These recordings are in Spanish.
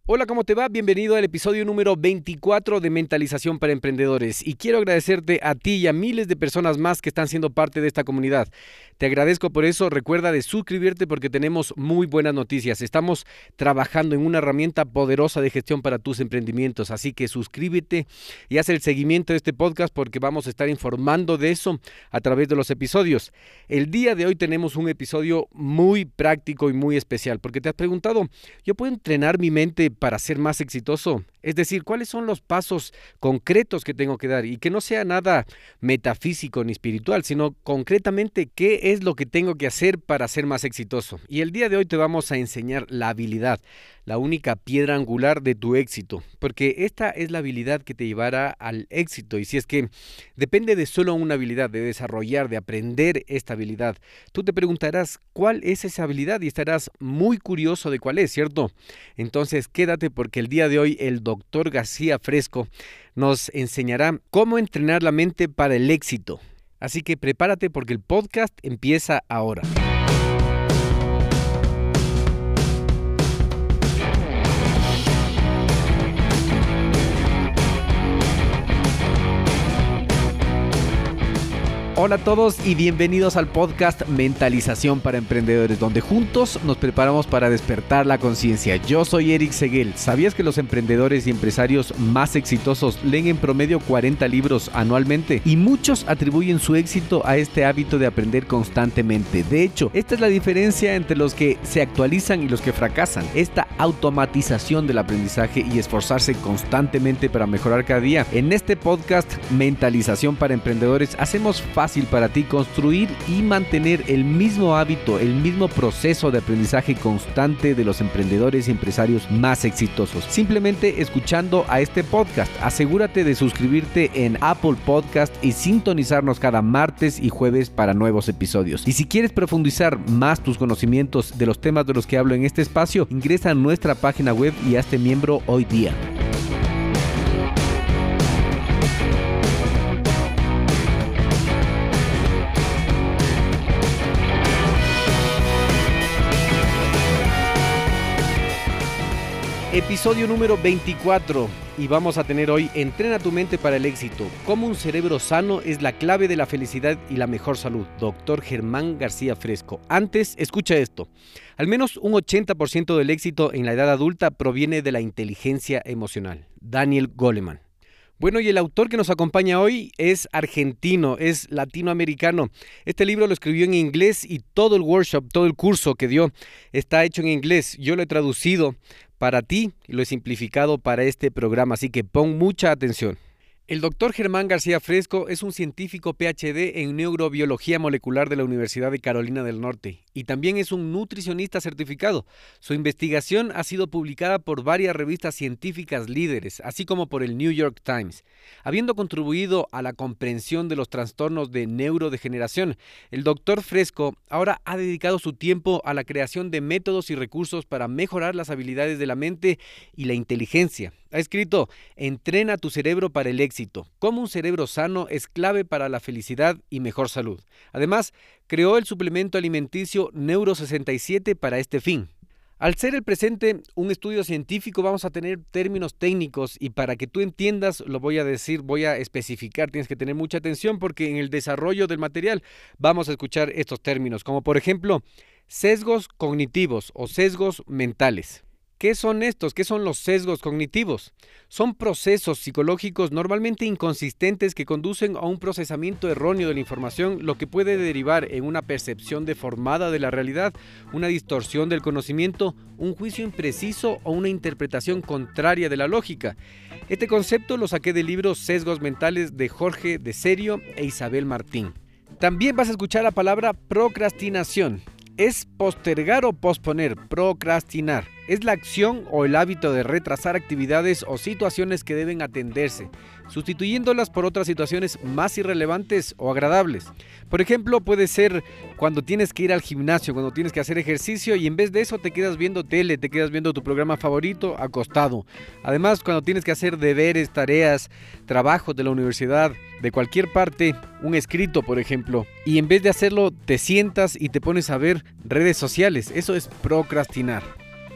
Hola, ¿cómo te va? Bienvenido al episodio número 24 de Mentalización para Emprendedores. Y quiero agradecerte a ti y a miles de personas más que están siendo parte de esta comunidad. Te agradezco por eso. Recuerda de suscribirte porque tenemos muy buenas noticias. Estamos trabajando en una herramienta poderosa de gestión para tus emprendimientos. Así que suscríbete y haz el seguimiento de este podcast porque vamos a estar informando de eso a través de los episodios. El día de hoy tenemos un episodio muy práctico y muy especial porque te has preguntado, ¿yo puedo entrenar mi mente para ser más exitoso? Es decir, ¿cuáles son los pasos concretos que tengo que dar? Y que no sea nada metafísico ni espiritual, sino concretamente qué es lo que tengo que hacer para ser más exitoso. Y el día de hoy te vamos a enseñar la habilidad, la única piedra angular de tu éxito, porque esta es la habilidad que te llevará al éxito. Y si es que depende de solo una habilidad, de desarrollar, de aprender esta habilidad, tú te preguntarás cuál es esa habilidad y estarás muy curioso de cuál es, ¿cierto? Entonces quédate porque el día de hoy el Dr. García Fresco nos enseñará cómo entrenar la mente para el éxito. Así que prepárate porque el podcast empieza ahora. Hola a todos y bienvenidos al podcast Mentalización para Emprendedores, donde juntos nos preparamos para despertar la conciencia. Yo soy Eric Seguel. ¿Sabías que los emprendedores y empresarios más exitosos leen en promedio 40 libros anualmente? Y muchos atribuyen su éxito a este hábito de aprender constantemente. De hecho, esta es la diferencia entre los que se actualizan y los que fracasan. Esta automatización del aprendizaje y esforzarse constantemente para mejorar cada día. En este podcast Mentalización para Emprendedores hacemos fácil para ti construir y mantener el mismo hábito, el mismo proceso de aprendizaje constante de los emprendedores y empresarios más exitosos. Simplemente escuchando a este podcast. Asegúrate de suscribirte en Apple Podcast y sintonizarnos cada martes y jueves para nuevos episodios. Y si quieres profundizar más tus conocimientos de los temas de los que hablo en este espacio, ingresa a nuestra página web y hazte miembro hoy día. Episodio número 24 y vamos a tener hoy Entrena tu mente para el éxito. Cómo un cerebro sano es la clave de la felicidad y la mejor salud. Dr. Germán García Fresco. Antes, escucha esto. Al menos un 80% del éxito en la edad adulta proviene de la inteligencia emocional. Daniel Goleman. Bueno, y el autor que nos acompaña hoy es argentino, es latinoamericano. Este libro lo escribió en inglés y todo el workshop, todo el curso que dio está hecho en inglés. Yo lo he traducido para ti y lo he simplificado para este programa, así que pon mucha atención. El doctor Germán García Fresco es un científico PhD en neurobiología molecular de la Universidad de Carolina del Norte y también es un nutricionista certificado. Su investigación ha sido publicada por varias revistas científicas líderes, así como por el New York Times. Habiendo contribuido a la comprensión de los trastornos de neurodegeneración, el doctor Fresco ahora ha dedicado su tiempo a la creación de métodos y recursos para mejorar las habilidades de la mente y la inteligencia. Ha escrito, Entrena tu cerebro para el éxito. Cómo un cerebro sano es clave para la felicidad y mejor salud. Además, creó el suplemento alimenticio Neuro 67 para este fin. Al ser el presente un estudio científico, vamos a tener términos técnicos y para que tú entiendas, lo voy a decir, voy a especificar, tienes que tener mucha atención porque en el desarrollo del material vamos a escuchar estos términos, como por ejemplo, sesgos cognitivos o sesgos mentales. ¿Qué son estos? ¿Qué son los sesgos cognitivos? Son procesos psicológicos normalmente inconsistentes que conducen a un procesamiento erróneo de la información, lo que puede derivar en una percepción deformada de la realidad, una distorsión del conocimiento, un juicio impreciso o una interpretación contraria de la lógica. Este concepto lo saqué del libro Sesgos Mentales de Jorge de Serio e Isabel Martín. También vas a escuchar la palabra procrastinación. Es postergar o posponer, procrastinar. Es la acción o el hábito de retrasar actividades o situaciones que deben atenderse, sustituyéndolas por otras situaciones más irrelevantes o agradables. Por ejemplo, puede ser cuando tienes que ir al gimnasio, cuando tienes que hacer ejercicio y en vez de eso te quedas viendo tele, te quedas viendo tu programa favorito acostado. Además, cuando tienes que hacer deberes, tareas, trabajos de la universidad, de cualquier parte, un escrito, por ejemplo, y en vez de hacerlo te sientas y te pones a ver redes sociales. Eso es procrastinar.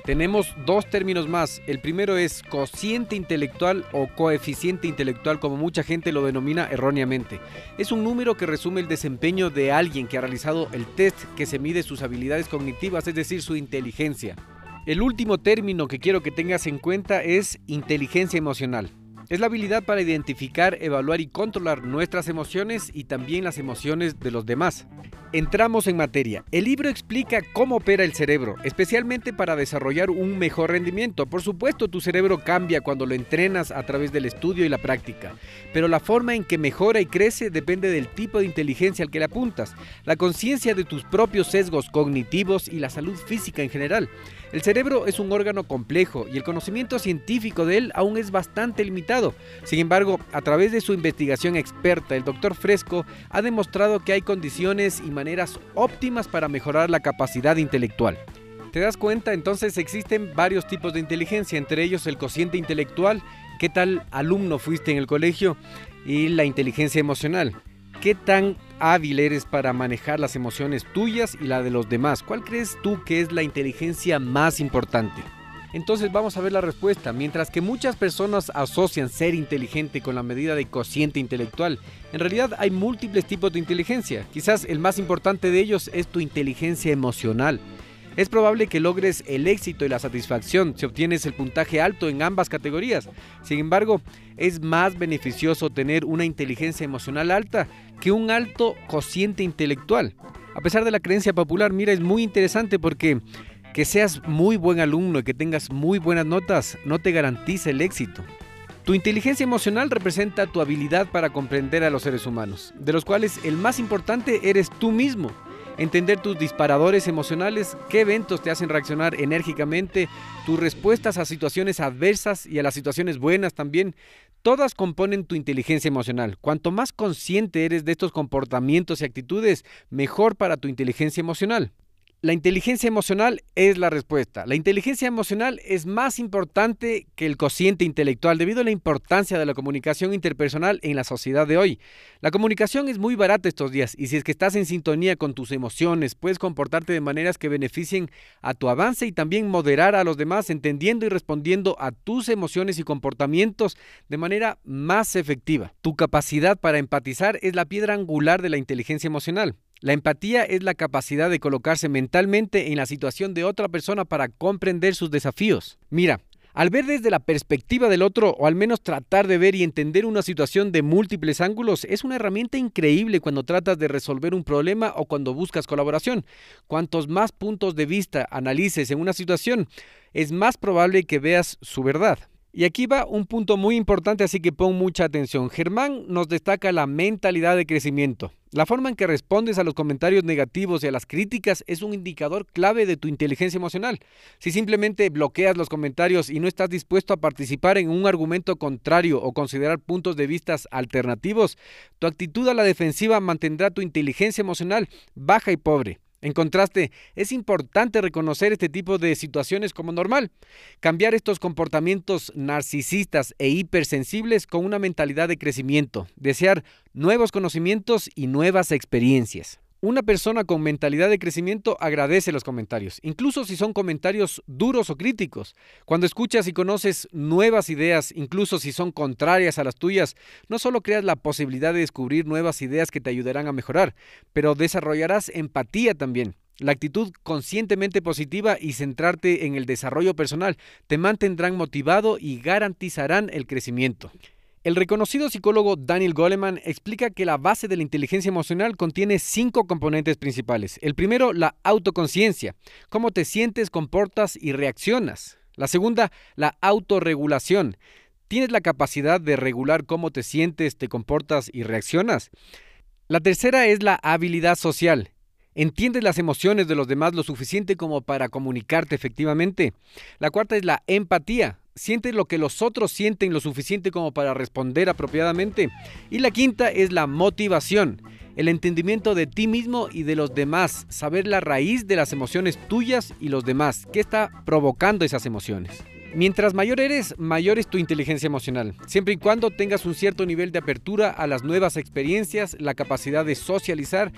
Tenemos dos términos más. El primero es cociente intelectual o coeficiente intelectual, como mucha gente lo denomina erróneamente. Es un número que resume el desempeño de alguien que ha realizado el test que se mide sus habilidades cognitivas, es decir, su inteligencia. El último término que quiero que tengas en cuenta es inteligencia emocional. Es la habilidad para identificar, evaluar y controlar nuestras emociones y también las emociones de los demás. Entramos en materia. El libro explica cómo opera el cerebro, especialmente para desarrollar un mejor rendimiento. Por supuesto, tu cerebro cambia cuando lo entrenas a través del estudio y la práctica, pero la forma en que mejora y crece depende del tipo de inteligencia al que le apuntas, la conciencia de tus propios sesgos cognitivos y la salud física en general. El cerebro es un órgano complejo y el conocimiento científico de él aún es bastante limitado. Sin embargo, a través de su investigación experta, el Dr. Fresco ha demostrado que hay condiciones y maneras óptimas para mejorar la capacidad intelectual. ¿Te das cuenta? Entonces existen varios tipos de inteligencia, entre ellos el cociente intelectual, qué tal alumno fuiste en el colegio, y la inteligencia emocional. ¿Qué tan hábil eres para manejar las emociones tuyas y la de los demás? ¿Cuál crees tú que es la inteligencia más importante? Entonces vamos a ver la respuesta. Mientras que muchas personas asocian ser inteligente con la medida de cociente intelectual, en realidad hay múltiples tipos de inteligencia. Quizás el más importante de ellos es tu inteligencia emocional. Es probable que logres el éxito y la satisfacción si obtienes el puntaje alto en ambas categorías. Sin embargo, es más beneficioso tener una inteligencia emocional alta que un alto cociente intelectual. A pesar de la creencia popular, mira, es muy interesante porque que seas muy buen alumno y que tengas muy buenas notas no te garantiza el éxito. Tu inteligencia emocional representa tu habilidad para comprender a los seres humanos, de los cuales el más importante eres tú mismo. Entender tus disparadores emocionales, qué eventos te hacen reaccionar enérgicamente, tus respuestas a situaciones adversas y a las situaciones buenas también, todas componen tu inteligencia emocional. Cuanto más consciente eres de estos comportamientos y actitudes, mejor para tu inteligencia emocional. La inteligencia emocional es la respuesta. La inteligencia emocional es más importante que el cociente intelectual debido a la importancia de la comunicación interpersonal en la sociedad de hoy. La comunicación es muy barata estos días y si es que estás en sintonía con tus emociones, puedes comportarte de maneras que beneficien a tu avance y también moderar a los demás, entendiendo y respondiendo a tus emociones y comportamientos de manera más efectiva. Tu capacidad para empatizar es la piedra angular de la inteligencia emocional. La empatía es la capacidad de colocarse mentalmente en la situación de otra persona para comprender sus desafíos. Mira, al ver desde la perspectiva del otro, o al menos tratar de ver y entender una situación de múltiples ángulos, es una herramienta increíble cuando tratas de resolver un problema o cuando buscas colaboración. Cuantos más puntos de vista analices en una situación, es más probable que veas su verdad. Y aquí va un punto muy importante, así que pon mucha atención. Germán nos destaca la mentalidad de crecimiento. La forma en que respondes a los comentarios negativos y a las críticas es un indicador clave de tu inteligencia emocional. Si simplemente bloqueas los comentarios y no estás dispuesto a participar en un argumento contrario o considerar puntos de vista alternativos, tu actitud a la defensiva mantendrá tu inteligencia emocional baja y pobre. En contraste, es importante reconocer este tipo de situaciones como normal, cambiar estos comportamientos narcisistas e hipersensibles con una mentalidad de crecimiento, desear nuevos conocimientos y nuevas experiencias. Una persona con mentalidad de crecimiento agradece los comentarios, incluso si son comentarios duros o críticos. Cuando escuchas y conoces nuevas ideas, incluso si son contrarias a las tuyas, no solo creas la posibilidad de descubrir nuevas ideas que te ayudarán a mejorar, pero desarrollarás empatía también. La actitud conscientemente positiva y centrarte en el desarrollo personal te mantendrán motivado y garantizarán el crecimiento. El reconocido psicólogo Daniel Goleman explica que la base de la inteligencia emocional contiene 5 componentes principales. El primero, la autoconciencia, cómo te sientes, comportas y reaccionas. La segunda, la autorregulación. ¿Tienes la capacidad de regular cómo te sientes, te comportas y reaccionas? La tercera es la habilidad social. ¿Entiendes las emociones de los demás lo suficiente como para comunicarte efectivamente? La cuarta es la empatía. ¿Sientes lo que los otros sienten lo suficiente como para responder apropiadamente? Y la quinta es la motivación, el entendimiento de ti mismo y de los demás, saber la raíz de las emociones tuyas y los demás, qué está provocando esas emociones. Mientras mayor eres, mayor es tu inteligencia emocional, siempre y cuando tengas un cierto nivel de apertura a las nuevas experiencias, la capacidad de socializar,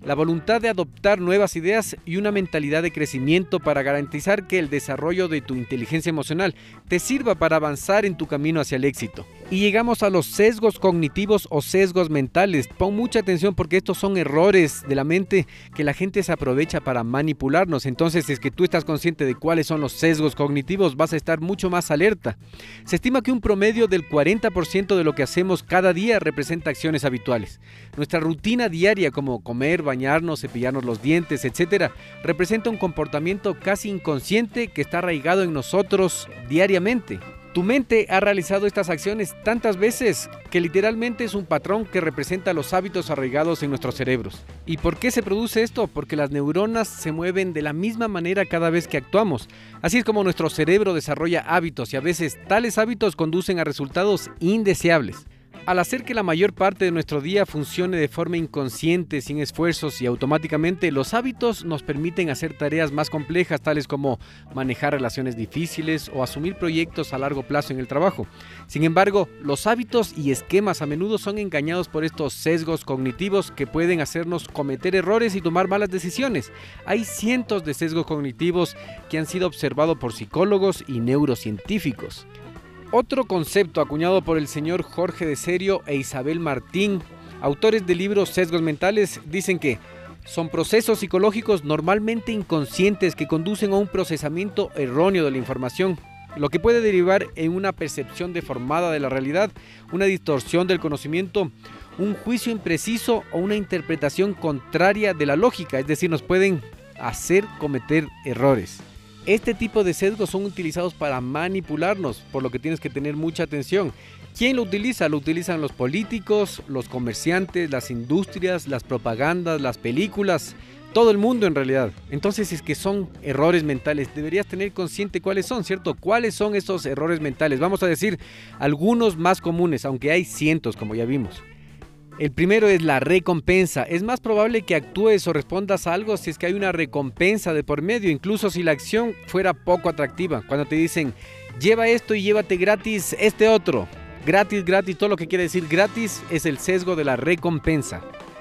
la voluntad de adoptar nuevas ideas y una mentalidad de crecimiento para garantizar que el desarrollo de tu inteligencia emocional te sirva para avanzar en tu camino hacia el éxito. Y llegamos a los sesgos cognitivos o sesgos mentales. Pon mucha atención porque estos son errores de la mente que la gente se aprovecha para manipularnos. Entonces, si es que tú estás consciente de cuáles son los sesgos cognitivos, vas a estar mucho más alerta. Se estima que un promedio del 40% de lo que hacemos cada día representa acciones habituales. Nuestra rutina diaria, como comer, bañarnos, cepillarnos los dientes, etc., representa un comportamiento casi inconsciente que está arraigado en nosotros diariamente. Tu mente ha realizado estas acciones tantas veces que literalmente es un patrón que representa los hábitos arraigados en nuestros cerebros. ¿Y por qué se produce esto? Porque las neuronas se mueven de la misma manera cada vez que actuamos. Así es como nuestro cerebro desarrolla hábitos y a veces tales hábitos conducen a resultados indeseables. Al hacer que la mayor parte de nuestro día funcione de forma inconsciente, sin esfuerzos y automáticamente, los hábitos nos permiten hacer tareas más complejas, tales como manejar relaciones difíciles o asumir proyectos a largo plazo en el trabajo. Sin embargo, los hábitos y esquemas a menudo son engañados por estos sesgos cognitivos que pueden hacernos cometer errores y tomar malas decisiones. Hay cientos de sesgos cognitivos que han sido observados por psicólogos y neurocientíficos. Otro concepto acuñado por el señor Jorge de Serio e Isabel Martín, autores del libro Sesgos Mentales, dicen que son procesos psicológicos normalmente inconscientes que conducen a un procesamiento erróneo de la información, lo que puede derivar en una percepción deformada de la realidad, una distorsión del conocimiento, un juicio impreciso o una interpretación contraria de la lógica, es decir, nos pueden hacer cometer errores. Este tipo de sesgos son utilizados para manipularnos, por lo que tienes que tener mucha atención. ¿Quién lo utiliza? Lo utilizan los políticos, los comerciantes, las industrias, las propagandas, las películas, todo el mundo en realidad. Entonces, es que son errores mentales. Deberías tener consciente cuáles son, ¿cierto? ¿Cuáles son esos errores mentales? Vamos a decir algunos más comunes, aunque hay cientos, como ya vimos. El primero es la recompensa. Es más probable que actúes o respondas a algo si es que hay una recompensa de por medio, incluso si la acción fuera poco atractiva. Cuando te dicen, lleva esto y llévate gratis este otro. Gratis, gratis, todo lo que quiere decir gratis es el sesgo de la recompensa.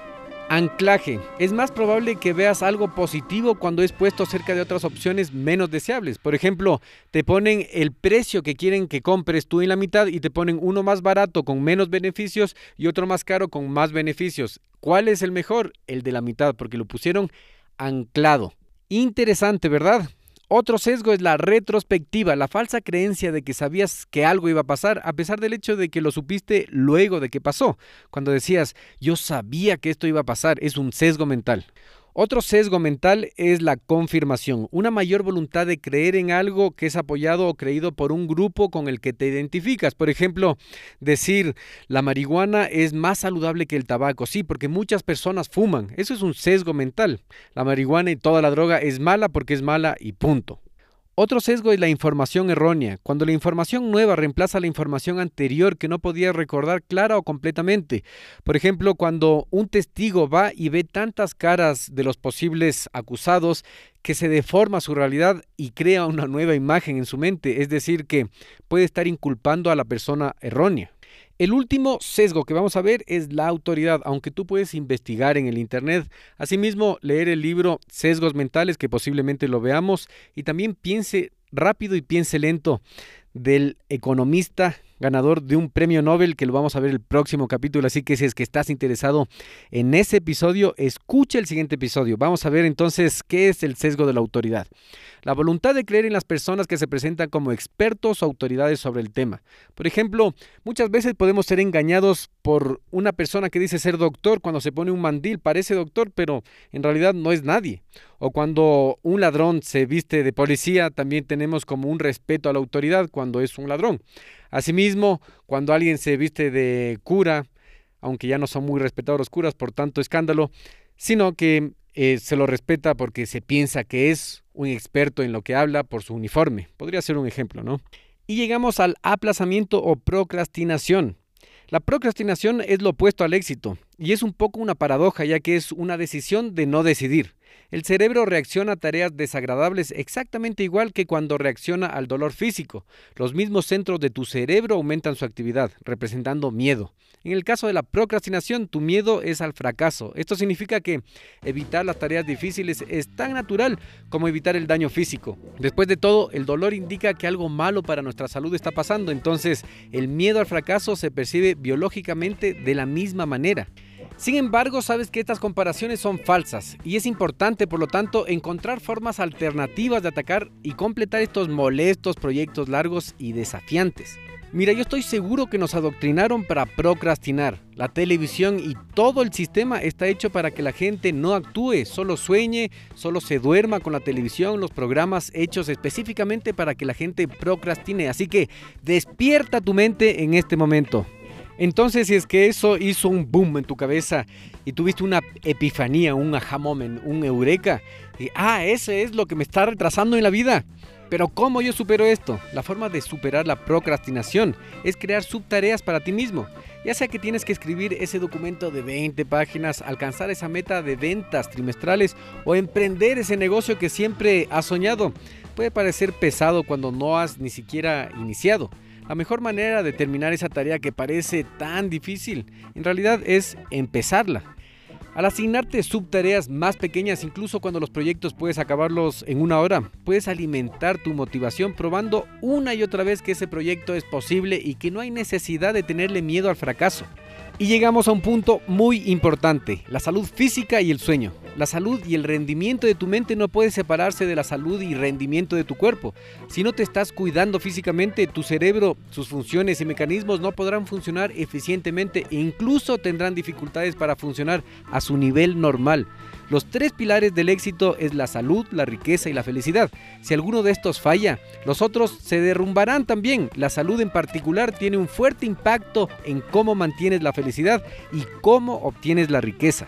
Anclaje. Es más probable que veas algo positivo cuando es puesto cerca de otras opciones menos deseables. Por ejemplo, te ponen el precio que quieren que compres tú en la mitad y te ponen uno más barato con menos beneficios y otro más caro con más beneficios. ¿Cuál es el mejor? El de la mitad, porque lo pusieron anclado. Interesante, ¿verdad? Otro sesgo es la retrospectiva, la falsa creencia de que sabías que algo iba a pasar, a pesar del hecho de que lo supiste luego de que pasó. Cuando decías, yo sabía que esto iba a pasar, es un sesgo mental. Otro sesgo mental es la confirmación, una mayor voluntad de creer en algo que es apoyado o creído por un grupo con el que te identificas. Por ejemplo, decir, la marihuana es más saludable que el tabaco. Sí, porque muchas personas fuman. Eso es un sesgo mental. La marihuana y toda la droga es mala porque es mala y punto. Otro sesgo es la información errónea, cuando la información nueva reemplaza la información anterior que no podías recordar clara o completamente. Por ejemplo, cuando un testigo va y ve tantas caras de los posibles acusados que se deforma su realidad y crea una nueva imagen en su mente, es decir, que puede estar inculpando a la persona errónea. El último sesgo que vamos a ver es la autoridad, aunque tú puedes investigar en el internet. Asimismo, leer el libro Sesgos Mentales, que posiblemente lo veamos, y también Piense rápido y piense lento, del economista ganador de un premio Nobel, que lo vamos a ver el próximo capítulo. Así que si es que estás interesado en ese episodio, escucha el siguiente episodio. Vamos a ver entonces qué es el sesgo de la autoridad. La voluntad de creer en las personas que se presentan como expertos o autoridades sobre el tema. Por ejemplo, muchas veces podemos ser engañados por una persona que dice ser doctor. Cuando se pone un mandil parece doctor, pero en realidad no es nadie. O cuando un ladrón se viste de policía, también tenemos como un respeto a la autoridad cuando es un ladrón. Asimismo, cuando alguien se viste de cura, aunque ya no son muy respetados los curas por tanto escándalo, sino que se lo respeta porque se piensa que es un experto en lo que habla por su uniforme. Podría ser un ejemplo, ¿no? Y llegamos al aplazamiento o procrastinación. La procrastinación es lo opuesto al éxito y es un poco una paradoja, ya que es una decisión de no decidir. El cerebro reacciona a tareas desagradables exactamente igual que cuando reacciona al dolor físico. Los mismos centros de tu cerebro aumentan su actividad, representando miedo. En el caso de la procrastinación, tu miedo es al fracaso. Esto significa que evitar las tareas difíciles es tan natural como evitar el daño físico. Después de todo, el dolor indica que algo malo para nuestra salud está pasando, entonces el miedo al fracaso se percibe biológicamente de la misma manera. Sin embargo, sabes que estas comparaciones son falsas y es importante, por lo tanto, encontrar formas alternativas de atacar y completar estos molestos proyectos largos y desafiantes. Mira, yo estoy seguro que nos adoctrinaron para procrastinar. La televisión y todo el sistema está hecho para que la gente no actúe, solo sueñe, solo se duerma con la televisión, los programas hechos específicamente para que la gente procrastine. Así que despierta tu mente en este momento. Entonces, si es que eso hizo un boom en tu cabeza y tuviste una epifanía, un aha moment, un eureka, y ese es lo que me está retrasando en la vida. Pero ¿cómo yo supero esto? La forma de superar la procrastinación es crear subtareas para ti mismo. Ya sea que tienes que escribir ese documento de 20 páginas, alcanzar esa meta de ventas trimestrales o emprender ese negocio que siempre has soñado. Puede parecer pesado cuando no has ni siquiera iniciado. La mejor manera de terminar esa tarea que parece tan difícil, en realidad es empezarla. Al asignarte subtareas más pequeñas, incluso cuando los proyectos puedes acabarlos en 1 hora, puedes alimentar tu motivación probando una y otra vez que ese proyecto es posible y que no hay necesidad de tenerle miedo al fracaso. Y llegamos a un punto muy importante, la salud física y el sueño. La salud y el rendimiento de tu mente no puede separarse de la salud y rendimiento de tu cuerpo. Si no te estás cuidando físicamente, tu cerebro, sus funciones y mecanismos no podrán funcionar eficientemente e incluso tendrán dificultades para funcionar a su nivel normal. Los 3 pilares del éxito es la salud, la riqueza y la felicidad. Si alguno de estos falla, los otros se derrumbarán también. La salud en particular tiene un fuerte impacto en cómo mantienes la felicidad y cómo obtienes la riqueza.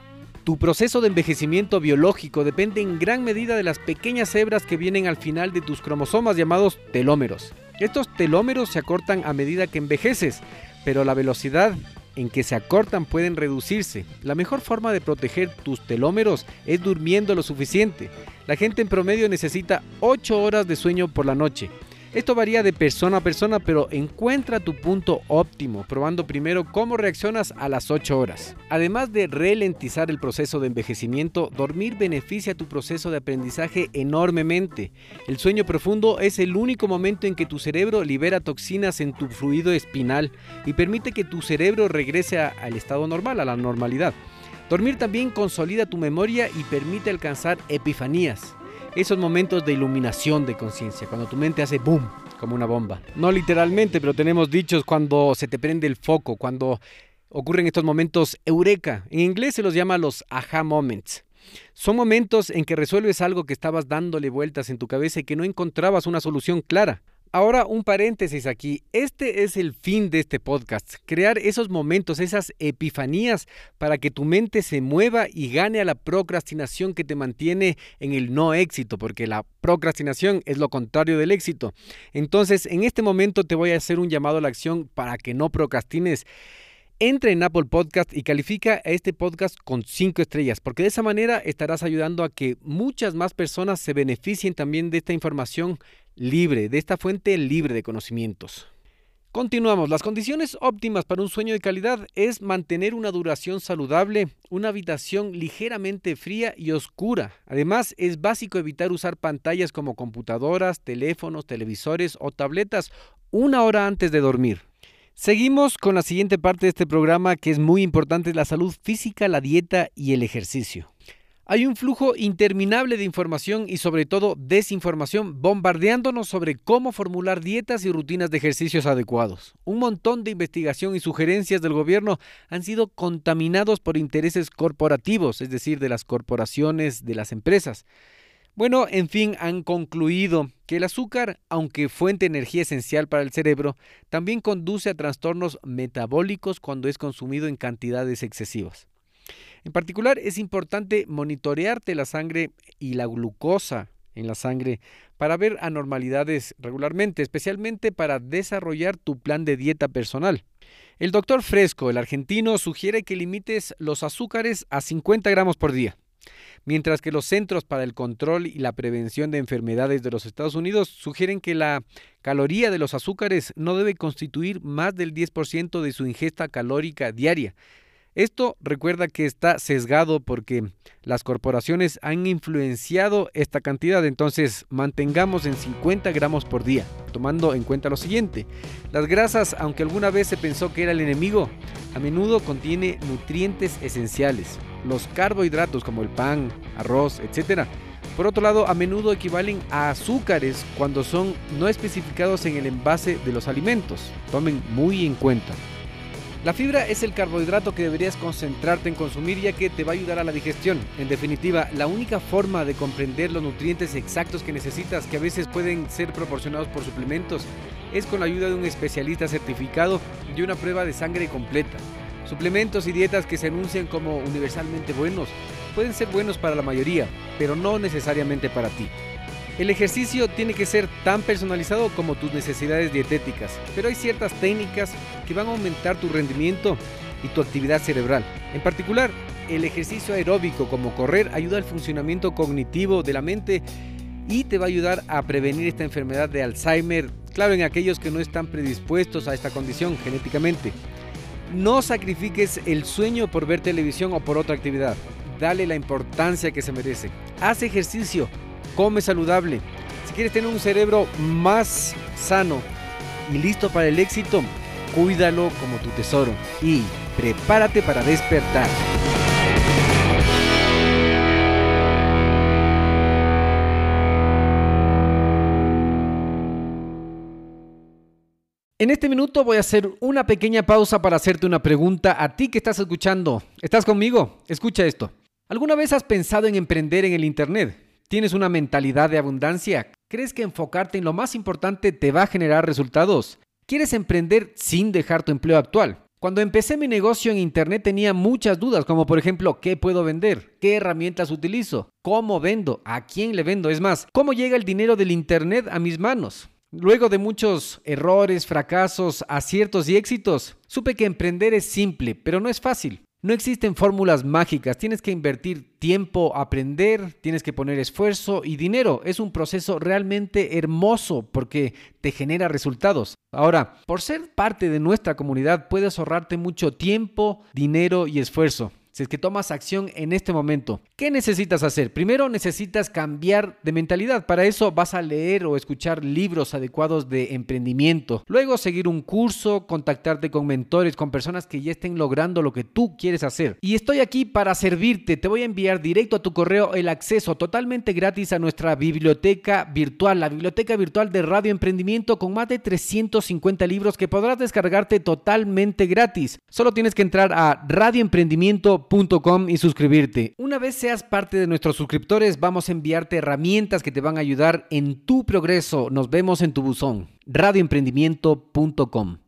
Tu proceso de envejecimiento biológico depende en gran medida de las pequeñas hebras que vienen al final de tus cromosomas llamados telómeros. Estos telómeros se acortan a medida que envejeces, pero la velocidad en que se acortan pueden reducirse. La mejor forma de proteger tus telómeros es durmiendo lo suficiente. La gente en promedio necesita 8 horas de sueño por la noche. Esto varía de persona a persona, pero encuentra tu punto óptimo, probando primero cómo reaccionas a las 8 horas. Además de ralentizar el proceso de envejecimiento, dormir beneficia tu proceso de aprendizaje enormemente. El sueño profundo es el único momento en que tu cerebro libera toxinas en tu fluido espinal y permite que tu cerebro regrese al estado normal, a la normalidad. Dormir también consolida tu memoria y permite alcanzar epifanías. Esos momentos de iluminación de conciencia, cuando tu mente hace boom, como una bomba. No literalmente, pero tenemos dichos cuando se te prende el foco, cuando ocurren estos momentos eureka. En inglés se los llama los aha moments. Son momentos en que resuelves algo que estabas dándole vueltas en tu cabeza y que no encontrabas una solución clara. Ahora un paréntesis aquí, este es el fin de este podcast, crear esos momentos, esas epifanías para que tu mente se mueva y gane a la procrastinación que te mantiene en el no éxito, porque la procrastinación es lo contrario del éxito. Entonces, en este momento te voy a hacer un llamado a la acción para que no procrastines. Entra en Apple Podcast y califica a este podcast con 5 estrellas, porque de esa manera estarás ayudando a que muchas más personas se beneficien también de esta información libre, de esta fuente libre de conocimientos. Continuamos. Las condiciones óptimas para un sueño de calidad es mantener una duración saludable, una habitación ligeramente fría y oscura. Además, es básico evitar usar pantallas como computadoras, teléfonos, televisores o tabletas 1 hora antes de dormir. Seguimos con la siguiente parte de este programa que es muy importante, la salud física, la dieta y el ejercicio. Hay un flujo interminable de información y sobre todo desinformación bombardeándonos sobre cómo formular dietas y rutinas de ejercicios adecuados. Un montón de investigación y sugerencias del gobierno han sido contaminados por intereses corporativos, es decir, de las corporaciones, de las empresas. Bueno, en fin, han concluido que el azúcar, aunque fuente de energía esencial para el cerebro, también conduce a trastornos metabólicos cuando es consumido en cantidades excesivas. En particular, es importante monitorearte la sangre y la glucosa en la sangre para ver anormalidades regularmente, especialmente para desarrollar tu plan de dieta personal. El doctor Fresco, el argentino, sugiere que limites los azúcares a 50 gramos por día. mientras que los Centros para el Control y la Prevención de Enfermedades de los Estados Unidos sugieren que la caloría de los azúcares no debe constituir más del 10% de su ingesta calórica diaria. Esto recuerda que está sesgado porque las corporaciones han influenciado esta cantidad, entonces mantengamos en 50 gramos por día, tomando en cuenta lo siguiente. Las grasas, aunque alguna vez se pensó que era el enemigo, a menudo contiene nutrientes esenciales. Los carbohidratos como el pan, arroz, etc. Por otro lado, a menudo equivalen a azúcares cuando son no especificados en el envase de los alimentos. Tomen muy en cuenta. La fibra es el carbohidrato que deberías concentrarte en consumir ya que te va a ayudar a la digestión. En definitiva, la única forma de comprender los nutrientes exactos que necesitas, que a veces pueden ser proporcionados por suplementos, es con la ayuda de un especialista certificado y una prueba de sangre completa. Suplementos y dietas que se anuncian como universalmente buenos pueden ser buenos para la mayoría, pero no necesariamente para ti. El ejercicio tiene que ser tan personalizado como tus necesidades dietéticas, pero hay ciertas técnicas que van a aumentar tu rendimiento y tu actividad cerebral. En particular, el ejercicio aeróbico como correr ayuda al funcionamiento cognitivo de la mente y te va a ayudar a prevenir esta enfermedad de Alzheimer, claro, en aquellos que no están predispuestos a esta condición genéticamente. No sacrifiques el sueño por ver televisión o por otra actividad. Dale la importancia que se merece. Haz ejercicio. Come saludable. Si quieres tener un cerebro más sano y listo para el éxito, cuídalo como tu tesoro y prepárate para despertar. En este minuto voy a hacer una pequeña pausa para hacerte una pregunta a ti que estás escuchando. ¿Estás conmigo? Escucha esto. ¿Alguna vez has pensado en emprender en el Internet? ¿Tienes una mentalidad de abundancia? ¿Crees que enfocarte en lo más importante te va a generar resultados? ¿Quieres emprender sin dejar tu empleo actual? Cuando empecé mi negocio en Internet tenía muchas dudas, como por ejemplo, ¿qué puedo vender? ¿Qué herramientas utilizo? ¿Cómo vendo? ¿A quién le vendo? Es más, ¿cómo llega el dinero del Internet a mis manos? Luego de muchos errores, fracasos, aciertos y éxitos, supe que emprender es simple, pero no es fácil. No existen fórmulas mágicas, tienes que invertir tiempo, aprender, tienes que poner esfuerzo y dinero. Es un proceso realmente hermoso porque te genera resultados. Ahora, por ser parte de nuestra comunidad, puedes ahorrarte mucho tiempo, dinero y esfuerzo. Si es que tomas acción en este momento, ¿qué necesitas hacer? Primero necesitas cambiar de mentalidad. Para eso vas a leer o escuchar libros adecuados de emprendimiento. Luego seguir un curso, contactarte con mentores, con personas que ya estén logrando lo que tú quieres hacer. Y estoy aquí para servirte. Te voy a enviar directo a tu correo el acceso totalmente gratis a nuestra biblioteca virtual, la biblioteca virtual de Radio Emprendimiento con más de 350 libros que podrás descargarte totalmente gratis. Solo tienes que entrar a radioemprendimiento.com y suscribirte. Una vez seas parte de nuestros suscriptores, vamos a enviarte herramientas que te van a ayudar en tu progreso. Nos vemos en tu buzón. radioemprendimiento.com.